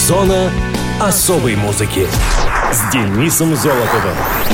Зона особой музыки с Денисом Золотовым.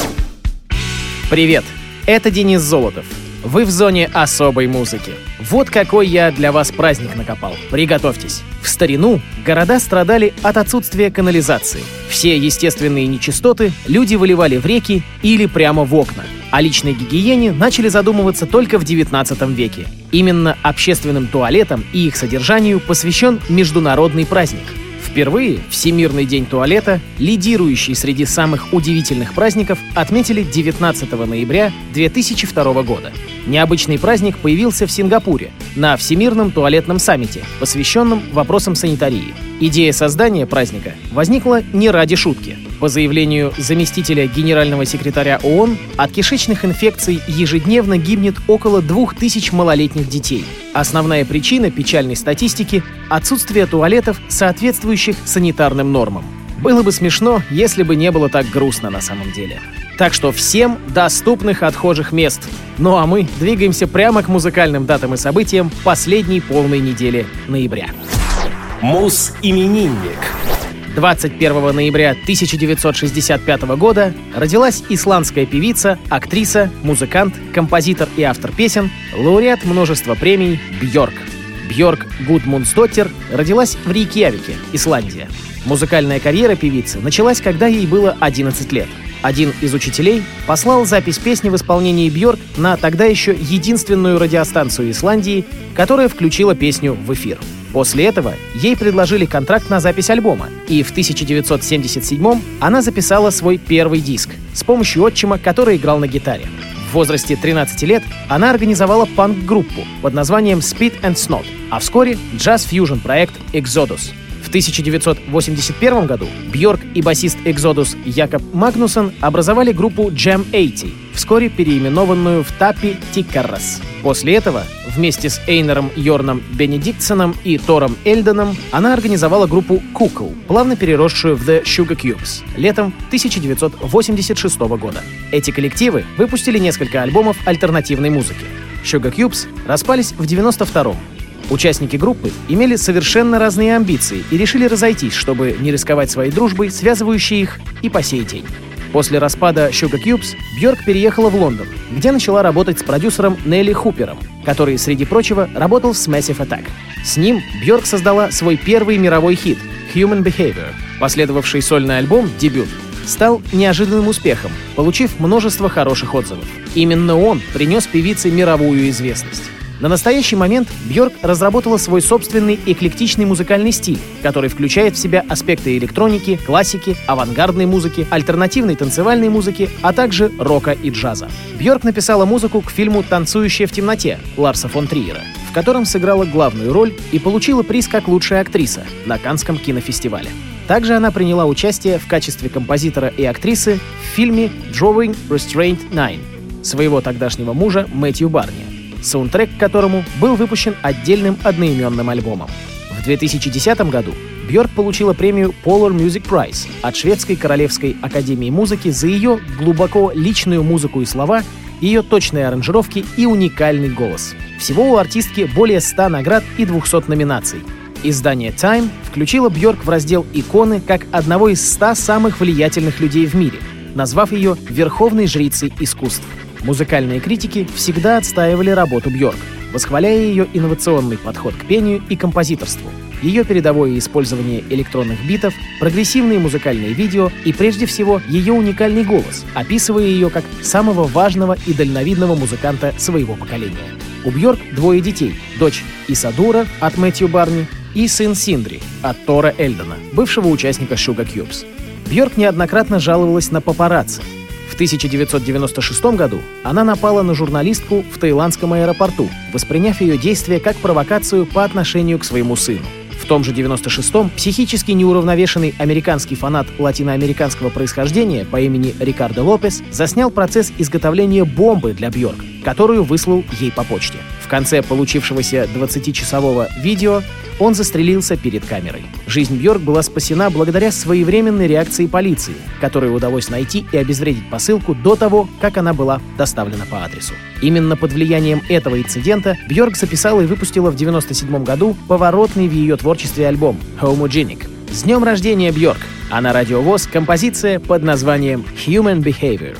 Привет, это Денис Золотов. Вы в зоне особой музыки. Вот какой я для вас праздник накопал. Приготовьтесь. В старину города страдали от отсутствия канализации. Все естественные нечистоты люди выливали в реки или прямо в окна. О личной гигиене начали задумываться только в XIX веке. Именно общественным туалетам и их содержанию посвящен международный праздник. Впервые Всемирный день туалета, лидирующий среди самых удивительных праздников, отметили 19 ноября 2002 года. Необычный праздник появился в Сингапуре на Всемирном туалетном саммите, посвященном вопросам санитарии. Идея создания праздника возникла не ради шутки. По заявлению заместителя генерального секретаря ООН, от кишечных инфекций ежедневно гибнет около 2000 малолетних детей. Основная причина печальной статистики – отсутствие туалетов, соответствующих санитарным нормам. Было бы смешно, если бы не было так грустно на самом деле. Так что всем доступных отхожих мест. Ну а мы двигаемся прямо к музыкальным датам и событиям последней полной недели ноября. Мус-именинник. 21 ноября 1965 года родилась исландская певица, актриса, музыкант, композитор и автор песен, лауреат множества премий Бьорк. Бьорк Гудмунсдоттир родилась в Рейкьявике, Исландия. Музыкальная карьера певицы началась, когда ей было 11 лет. Один из учителей послал запись песни в исполнении Бьорк на тогда еще единственную радиостанцию Исландии, которая включила песню в эфир. После этого ей предложили контракт на запись альбома, и в 1977-м она записала свой первый диск с помощью отчима, который играл на гитаре. В возрасте 13 лет она организовала панк-группу под названием Speed and Snot, а вскоре джаз-фьюжн проект Exodus. В 1981 году Бьорк и басист Exodus Якоб Магнусон образовали группу Jam 80, вскоре переименованную в Tappi Tikkaras. После этого вместе с Эйнаром Йорном Бенедиктсоном и Тором Эльденом она организовала группу Кукл, плавно переросшую в The Sugar Cubes, летом 1986 года. Эти коллективы выпустили несколько альбомов альтернативной музыки. Sugar Cubes распались в 1992-м. Участники группы имели совершенно разные амбиции и решили разойтись, чтобы не рисковать своей дружбой, связывающей их и по сей день. После распада Sugar Cubes Бьорк переехала в Лондон, где начала работать с продюсером Нелли Хупером, который, среди прочего, работал с Massive Attack. С ним Бьорк создала свой первый мировой хит «Human Behavior». Последовавший сольный альбом «Дебют» стал неожиданным успехом, получив множество хороших отзывов. Именно он принес певице мировую известность. На настоящий момент Бьорк разработала свой собственный эклектичный музыкальный стиль, который включает в себя аспекты электроники, классики, авангардной музыки, альтернативной танцевальной музыки, а также рока и джаза. Бьорк написала музыку к фильму «Танцующая в темноте» Ларса фон Триера, в котором сыграла главную роль и получила приз как лучшая актриса на Каннском кинофестивале. Также она приняла участие в качестве композитора и актрисы в фильме «Drawing Restraint 9» своего тогдашнего мужа Мэтью Барни, саундтрек к которому был выпущен отдельным одноименным альбомом. В 2010 году Бьорк получила премию Polar Music Prize от Шведской Королевской Академии Музыки за ее глубоко личную музыку и слова, ее точные аранжировки и уникальный голос. Всего у артистки более 100 наград и 200 номинаций. Издание Time включило Бьорк в раздел «Иконы» как одного из 100 самых влиятельных людей в мире, назвав ее верховной жрицей искусств. Музыкальные критики всегда отстаивали работу Бьорк, восхваляя ее инновационный подход к пению и композиторству, ее передовое использование электронных битов, прогрессивные музыкальные видео и, прежде всего, ее уникальный голос, описывая ее как самого важного и дальновидного музыканта своего поколения. У Бьорк 2 детей – дочь Исадура от Мэтью Барни и сын Синдри от Тора Эльдена, бывшего участника Sugar Cubes. Бьорк неоднократно жаловалась на папарацци. В 1996 году она напала на журналистку в таиландском аэропорту, восприняв ее действия как провокацию по отношению к своему сыну. В том же 96-м психически неуравновешенный американский фанат латиноамериканского происхождения по имени Рикардо Лопес заснял процесс изготовления бомбы для Бьорк, которую выслал ей по почте. В конце получившегося 20-часового видео он застрелился перед камерой. Жизнь Бьорк была спасена благодаря своевременной реакции полиции, которой удалось найти и обезвредить посылку до того, как она была доставлена по адресу. Именно под влиянием этого инцидента Бьорк записала и выпустила в 1997 году поворотный в ее творчестве альбом «Homogenic», С днем рождения, Бьорк! А на Радио ВОС композиция под названием «Human Behavior».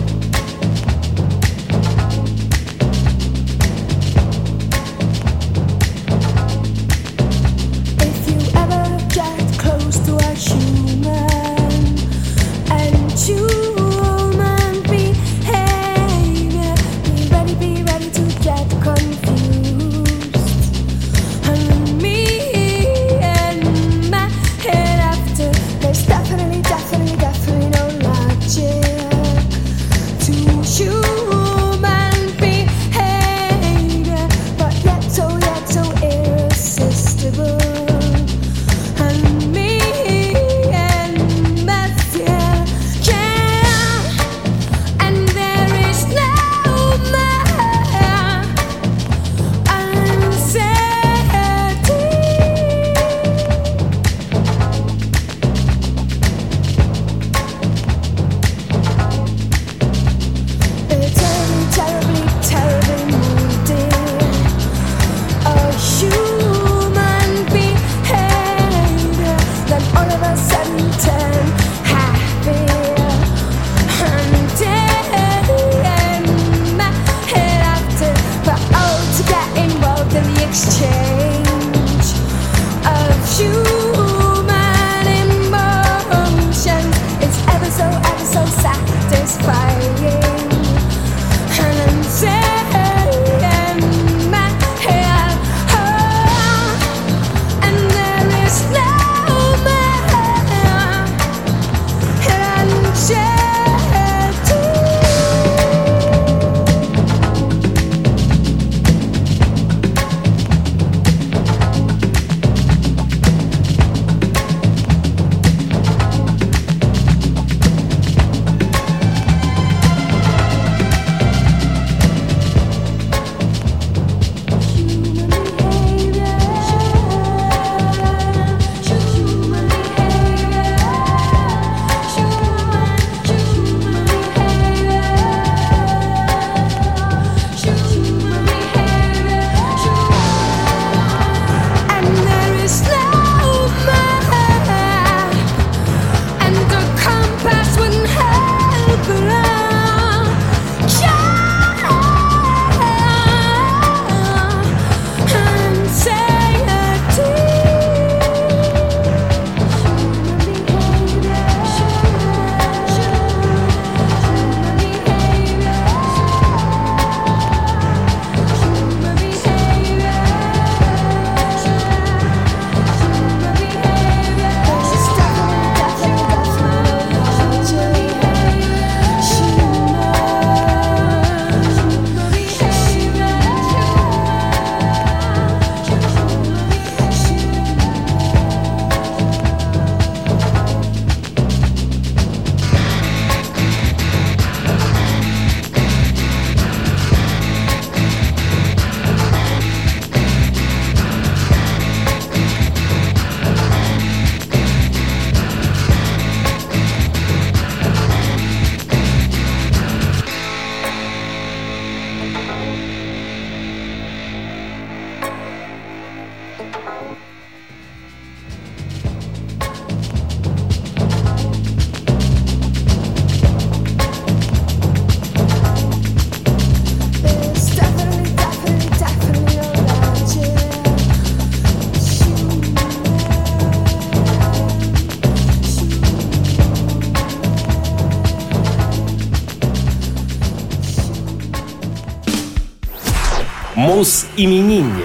Мус-именинник.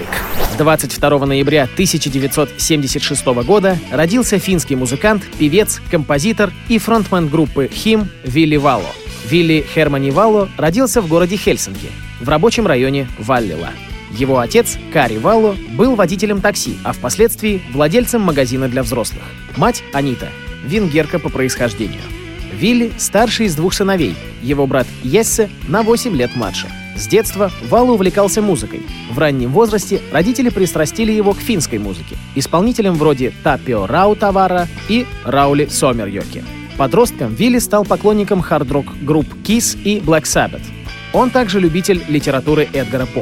22 ноября 1976 года родился финский музыкант, певец, композитор и фронтмен группы Хим Вилли Вало. Вилли Хермани Вало родился в городе Хельсинки, в рабочем районе Валлила. Его отец, Кари Вало, был водителем такси, а впоследствии владельцем магазина для взрослых. Мать, Анита, венгерка по происхождению. Вилли старший из двух сыновей, его брат Ессе на 8 лет младше. С детства Вало увлекался музыкой. В раннем возрасте родители пристрастили его к финской музыке, исполнителям вроде Тапио Раутавара и Раули Сомерьёки. Подростком Вилли стал поклонником хард-рок групп Kiss и Black Sabbath. Он также любитель литературы Эдгара По.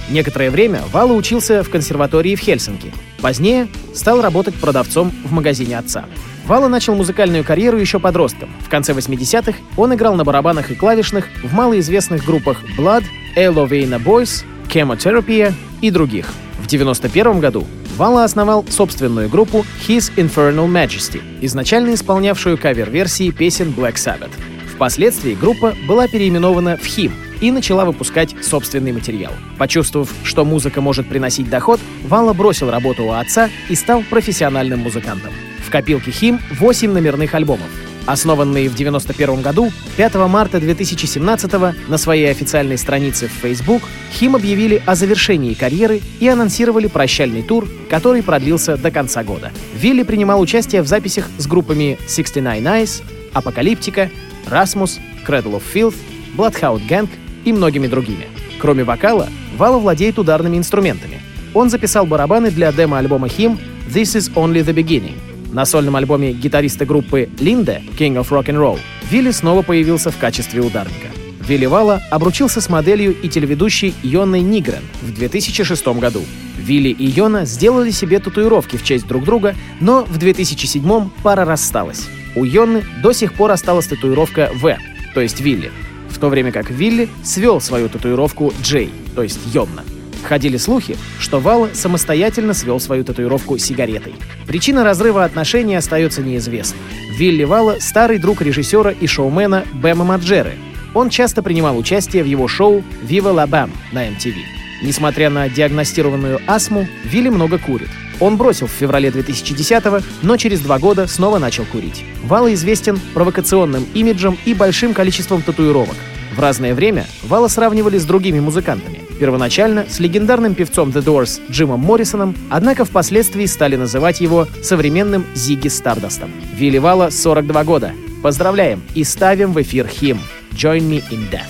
Некоторое время Вала учился в консерватории в Хельсинки. Позднее стал работать продавцом в магазине отца. Вала начал музыкальную карьеру еще подростком. В конце 80-х он играл на барабанах и клавишных в малоизвестных группах Blood, Elovena Boys, Chemotherapy и других. В 91 году Вала основал собственную группу His Infernal Majesty, изначально исполнявшую кавер-версии песен Black Sabbath. Впоследствии группа была переименована в Him и начала выпускать собственный материал. Почувствовав, что музыка может приносить доход, Вала бросил работу у отца и стал профессиональным музыкантом. В копилке Him 8 номерных альбомов. Основанные в 1991 году, 5 марта 2017 на своей официальной странице в Facebook Him объявили о завершении карьеры и анонсировали прощальный тур, который продлился до конца года. Вилли принимал участие в записях с группами 69 Eyes, Апокалиптика, Rasmus, Cradle of Filth, Bloodhound Gang и многими другими. Кроме вокала, Вала владеет ударными инструментами. Он записал барабаны для демо-альбома Him «This is only the beginning». На сольном альбоме гитариста группы Linde «King of Rock and Roll» Вилли снова появился в качестве ударника. Вилли Вала обручился с моделью и телеведущей Йонной Нигрен в 2006 году. Вилли и Йона сделали себе татуировки в честь друг друга, но в 2007 пара рассталась. У Йонны до сих пор осталась татуировка «В», то есть Вилли, в то время как Вилли свел свою татуировку «J», то есть Йонна. Ходили слухи, что Вала самостоятельно свел свою татуировку сигаретой. Причина разрыва отношений остается неизвестной. Вилли Вала — старый друг режиссера и шоумена Бэма Марджеры. Он часто принимал участие в его шоу «Viva la Bam» на MTV. Несмотря на диагностированную астму, Вилли много курит. Он бросил в феврале 2010-го, но через 2 года снова начал курить. Вала известен провокационным имиджем и большим количеством татуировок. В разное время Вала сравнивали с другими музыкантами. Первоначально с легендарным певцом The Doors Джимом Моррисоном, однако впоследствии стали называть его современным Зигги Стардастом. Вилли Вала 42 года. Поздравляем и ставим в эфир Him «Join Me in Death».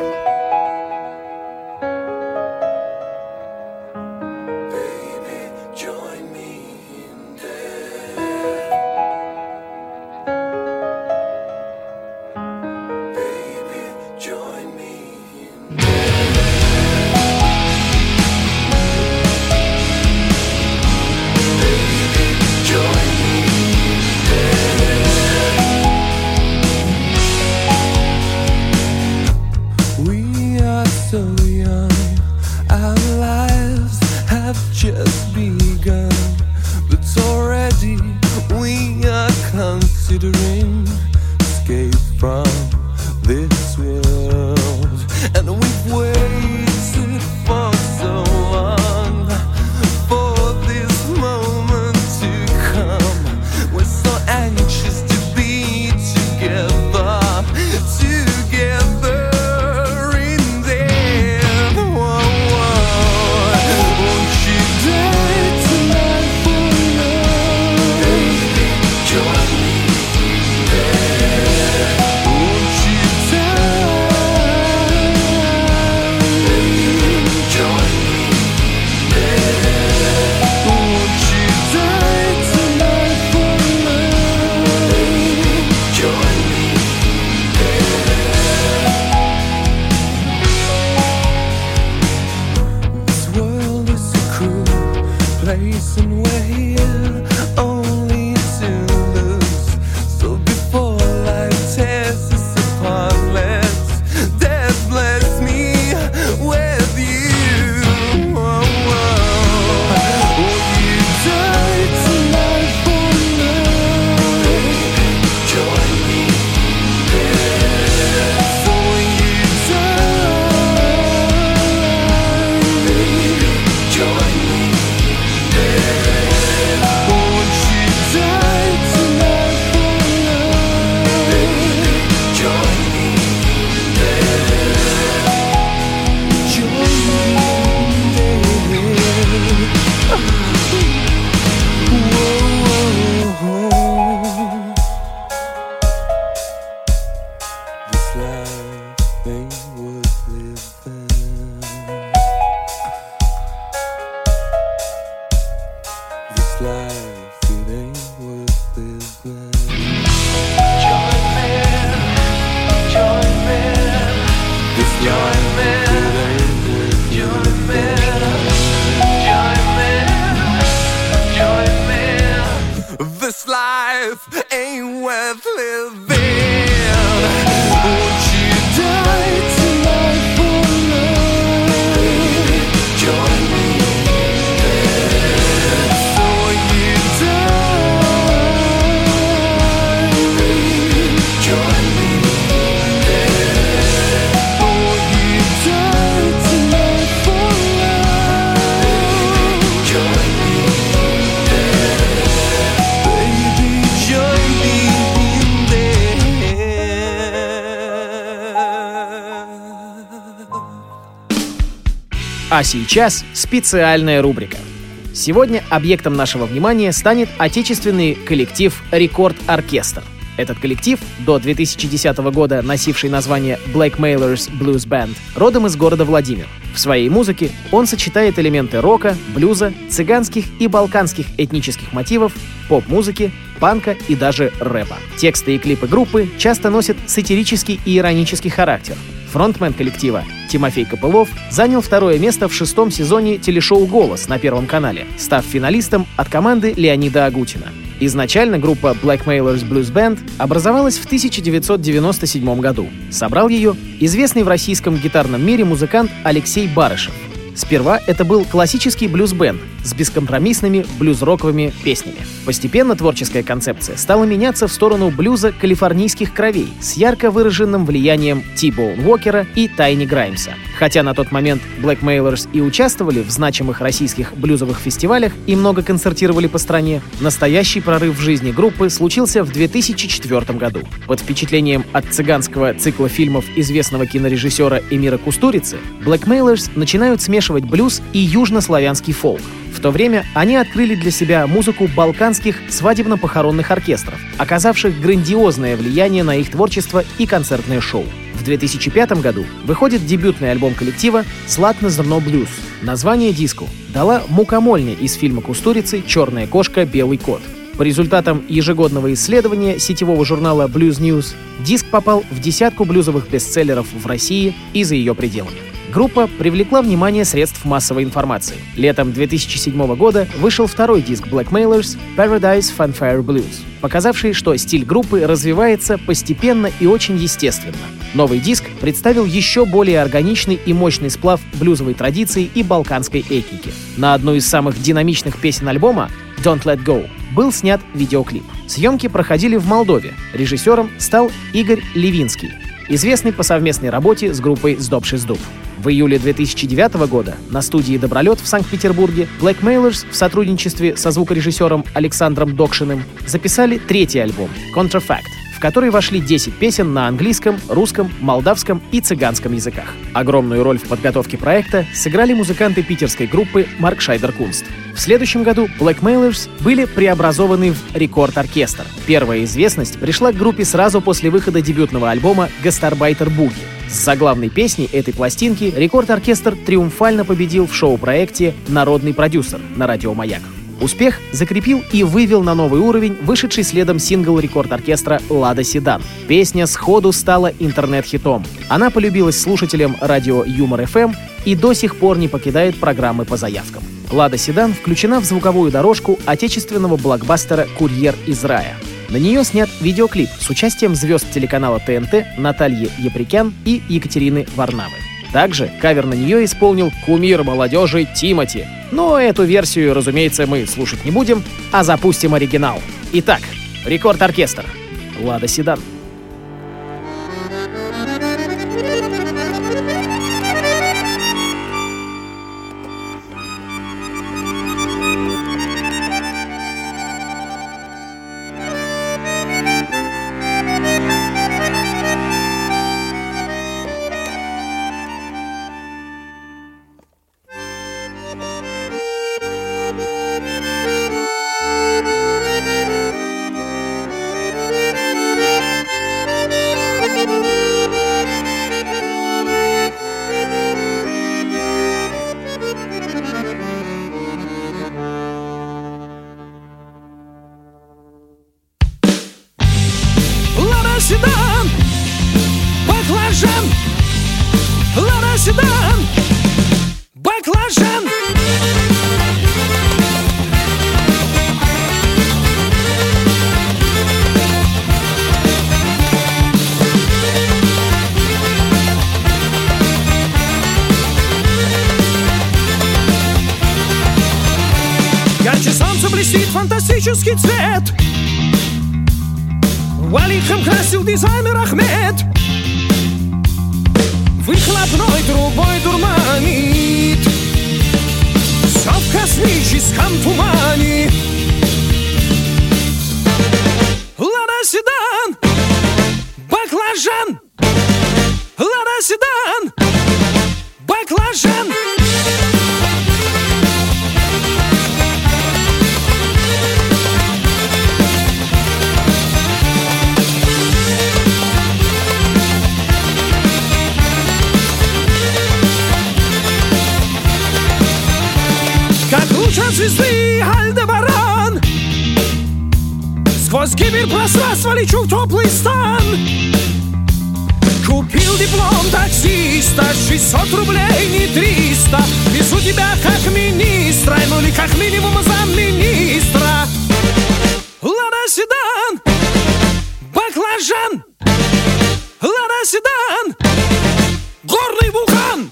So young, our lives have just begun, but already we are considering escape from this world, and we've waited for so long for this moment to come. We're so anxious to be together. This life ain't worth living. Won't you die tonight for love? Join me before you die. Join me before you die tonight for love. Join me. А сейчас специальная рубрика. Сегодня объектом нашего внимания станет отечественный коллектив «Рекорд-оркестр». Этот коллектив, до 2010 года носивший название Blackmailers Blues Band, родом из города Владимир. В своей музыке он сочетает элементы рока, блюза, цыганских и балканских этнических мотивов, поп-музыки, панка и даже рэпа. Тексты и клипы группы часто носят сатирический и иронический характер. Фронтмен коллектива Тимофей Копылов занял второе место в 6-м сезоне телешоу «Голос» на Первом канале, став финалистом от команды Леонида Агутина. Изначально группа Blackmailers Blues Band образовалась в 1997 году. Собрал ее известный в российском гитарном мире музыкант Алексей Барышев. Сперва это был классический блюз-бенд с бескомпромиссными блюз-роковыми песнями. Постепенно творческая концепция стала меняться в сторону блюза калифорнийских кровей с ярко выраженным влиянием Ти-Боун Уокера и Тайни Граймса. Хотя на тот момент Blackmailers и участвовали в значимых российских блюзовых фестивалях и много концертировали по стране, настоящий прорыв в жизни группы случился в 2004 году. Под впечатлением от цыганского цикла фильмов известного кинорежиссера Эмира Кустурицы, Blackmailers начинают смешивать блюз и южнославянский фолк. В то время они открыли для себя музыку балканских свадебно-похоронных оркестров, оказавших грандиозное влияние на их творчество и концертное шоу. В 2005 году выходит дебютный альбом коллектива «Златно зерно блюз». Название диску дала мукомольня из фильма Кустурицы «Черная кошка, белый кот». По результатам ежегодного исследования сетевого журнала Blues News, диск попал в десятку блюзовых бестселлеров в России и за ее пределами. Группа привлекла внимание средств массовой информации. Летом 2007 года вышел второй диск Blackmailers «Paradise Fanfare Blues», показавший, что стиль группы развивается постепенно и очень естественно. Новый диск представил еще более органичный и мощный сплав блюзовой традиции и балканской этники. На одну из самых динамичных песен альбома «Don't Let Go» был снят видеоклип. Съемки проходили в Молдове. Режиссером стал Игорь Левинский, известный по совместной работе с группой «Сдоб-Шиздуб». В июле 2009 года на студии «Добролет» в Санкт-Петербурге Blackmailers в сотрудничестве со звукорежиссером Александром Докшиным записали третий альбом «Contrafact», в который вошли 10 песен на английском, русском, молдавском и цыганском языках. Огромную роль в подготовке проекта сыграли музыканты питерской группы Марк Шайдер-Кунст. В следующем году Blackmailers были преобразованы в «Рекорд-оркестр». Первая известность пришла к группе сразу после выхода дебютного альбома «Гастарбайтер Буги». С заглавной песней этой пластинки «Рекорд-оркестр» триумфально победил в шоу-проекте «Народный продюсер» на радио «Маяк». Успех закрепил и вывел на новый уровень вышедший следом сингл «Рекорд-оркестра» «Лада Седан». Песня сходу стала интернет-хитом. Она полюбилась слушателям радио Юмор ФМ и до сих пор не покидает программы по заявкам. «Лада Седан» включена в звуковую дорожку отечественного блокбастера «Курьер из рая». На нее снят видеоклип с участием звезд телеканала ТНТ Натальи Еприкян и Екатерины Варнавы. Также кавер на нее исполнил кумир молодежи Тимати. Но эту версию, разумеется, мы слушать не будем, а запустим оригинал. Итак, «Рекорд-оркестр», «Лада Седан». Седан, баклажан, Лада Седан, баклажан. блестит фантастический цвет. Валихом красил дизайнер Ахмед. Выхлопной трубой дурманит. Все в космическом тумане. Лада седан, баклажан. Лада седан, баклажан. Как луч от звезды Альдебаран, сквозь киберпространство лечу в теплый стан. Купил диплом таксиста, 600 рублей, не 300. Везу тебя как министра, ну или как минимум замминистра. Лада седан, баклажан. Лада седан, горный вулкан.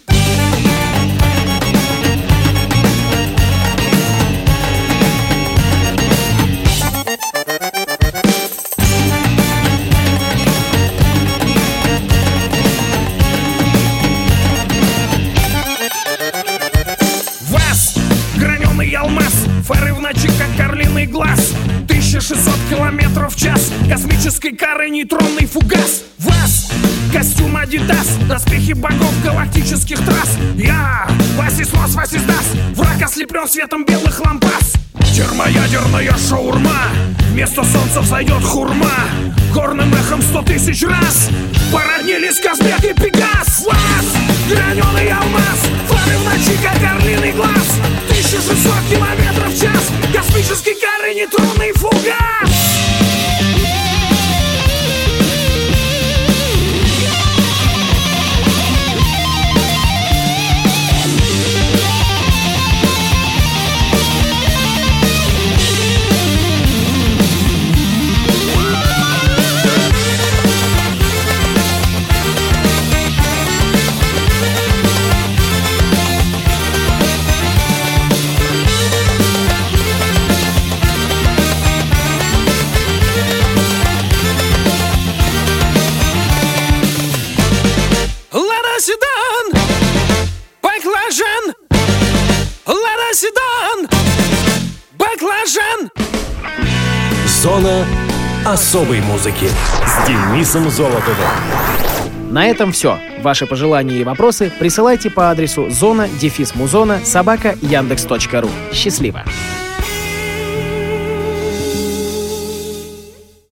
Фары в ночи, как орлиный глаз. 1600 километров в час. Космической карой нейтронный фугас. ВАЗ, костюм Адидас, доспехи богов галактических трасс. Я, Васисмос, Васисдас, враг ослеплен светом белых лампас. Термоядерная шаурма, вместо солнца взойдет хурма. Горным эхом 100 тысяч раз породнились Казбек и Пегас. ВАЗ, граненый алмаз, фары в ночи, как орлиный глаз. 1600 километров в час, космический кары нейтронный фугас. Седан, баклажан. Лада седан, баклажан. Зона особой музыки с Денисом Золотовым. На этом все. Ваши пожелания и вопросы присылайте по адресу zona-muzona@yandex.ru. Счастливо!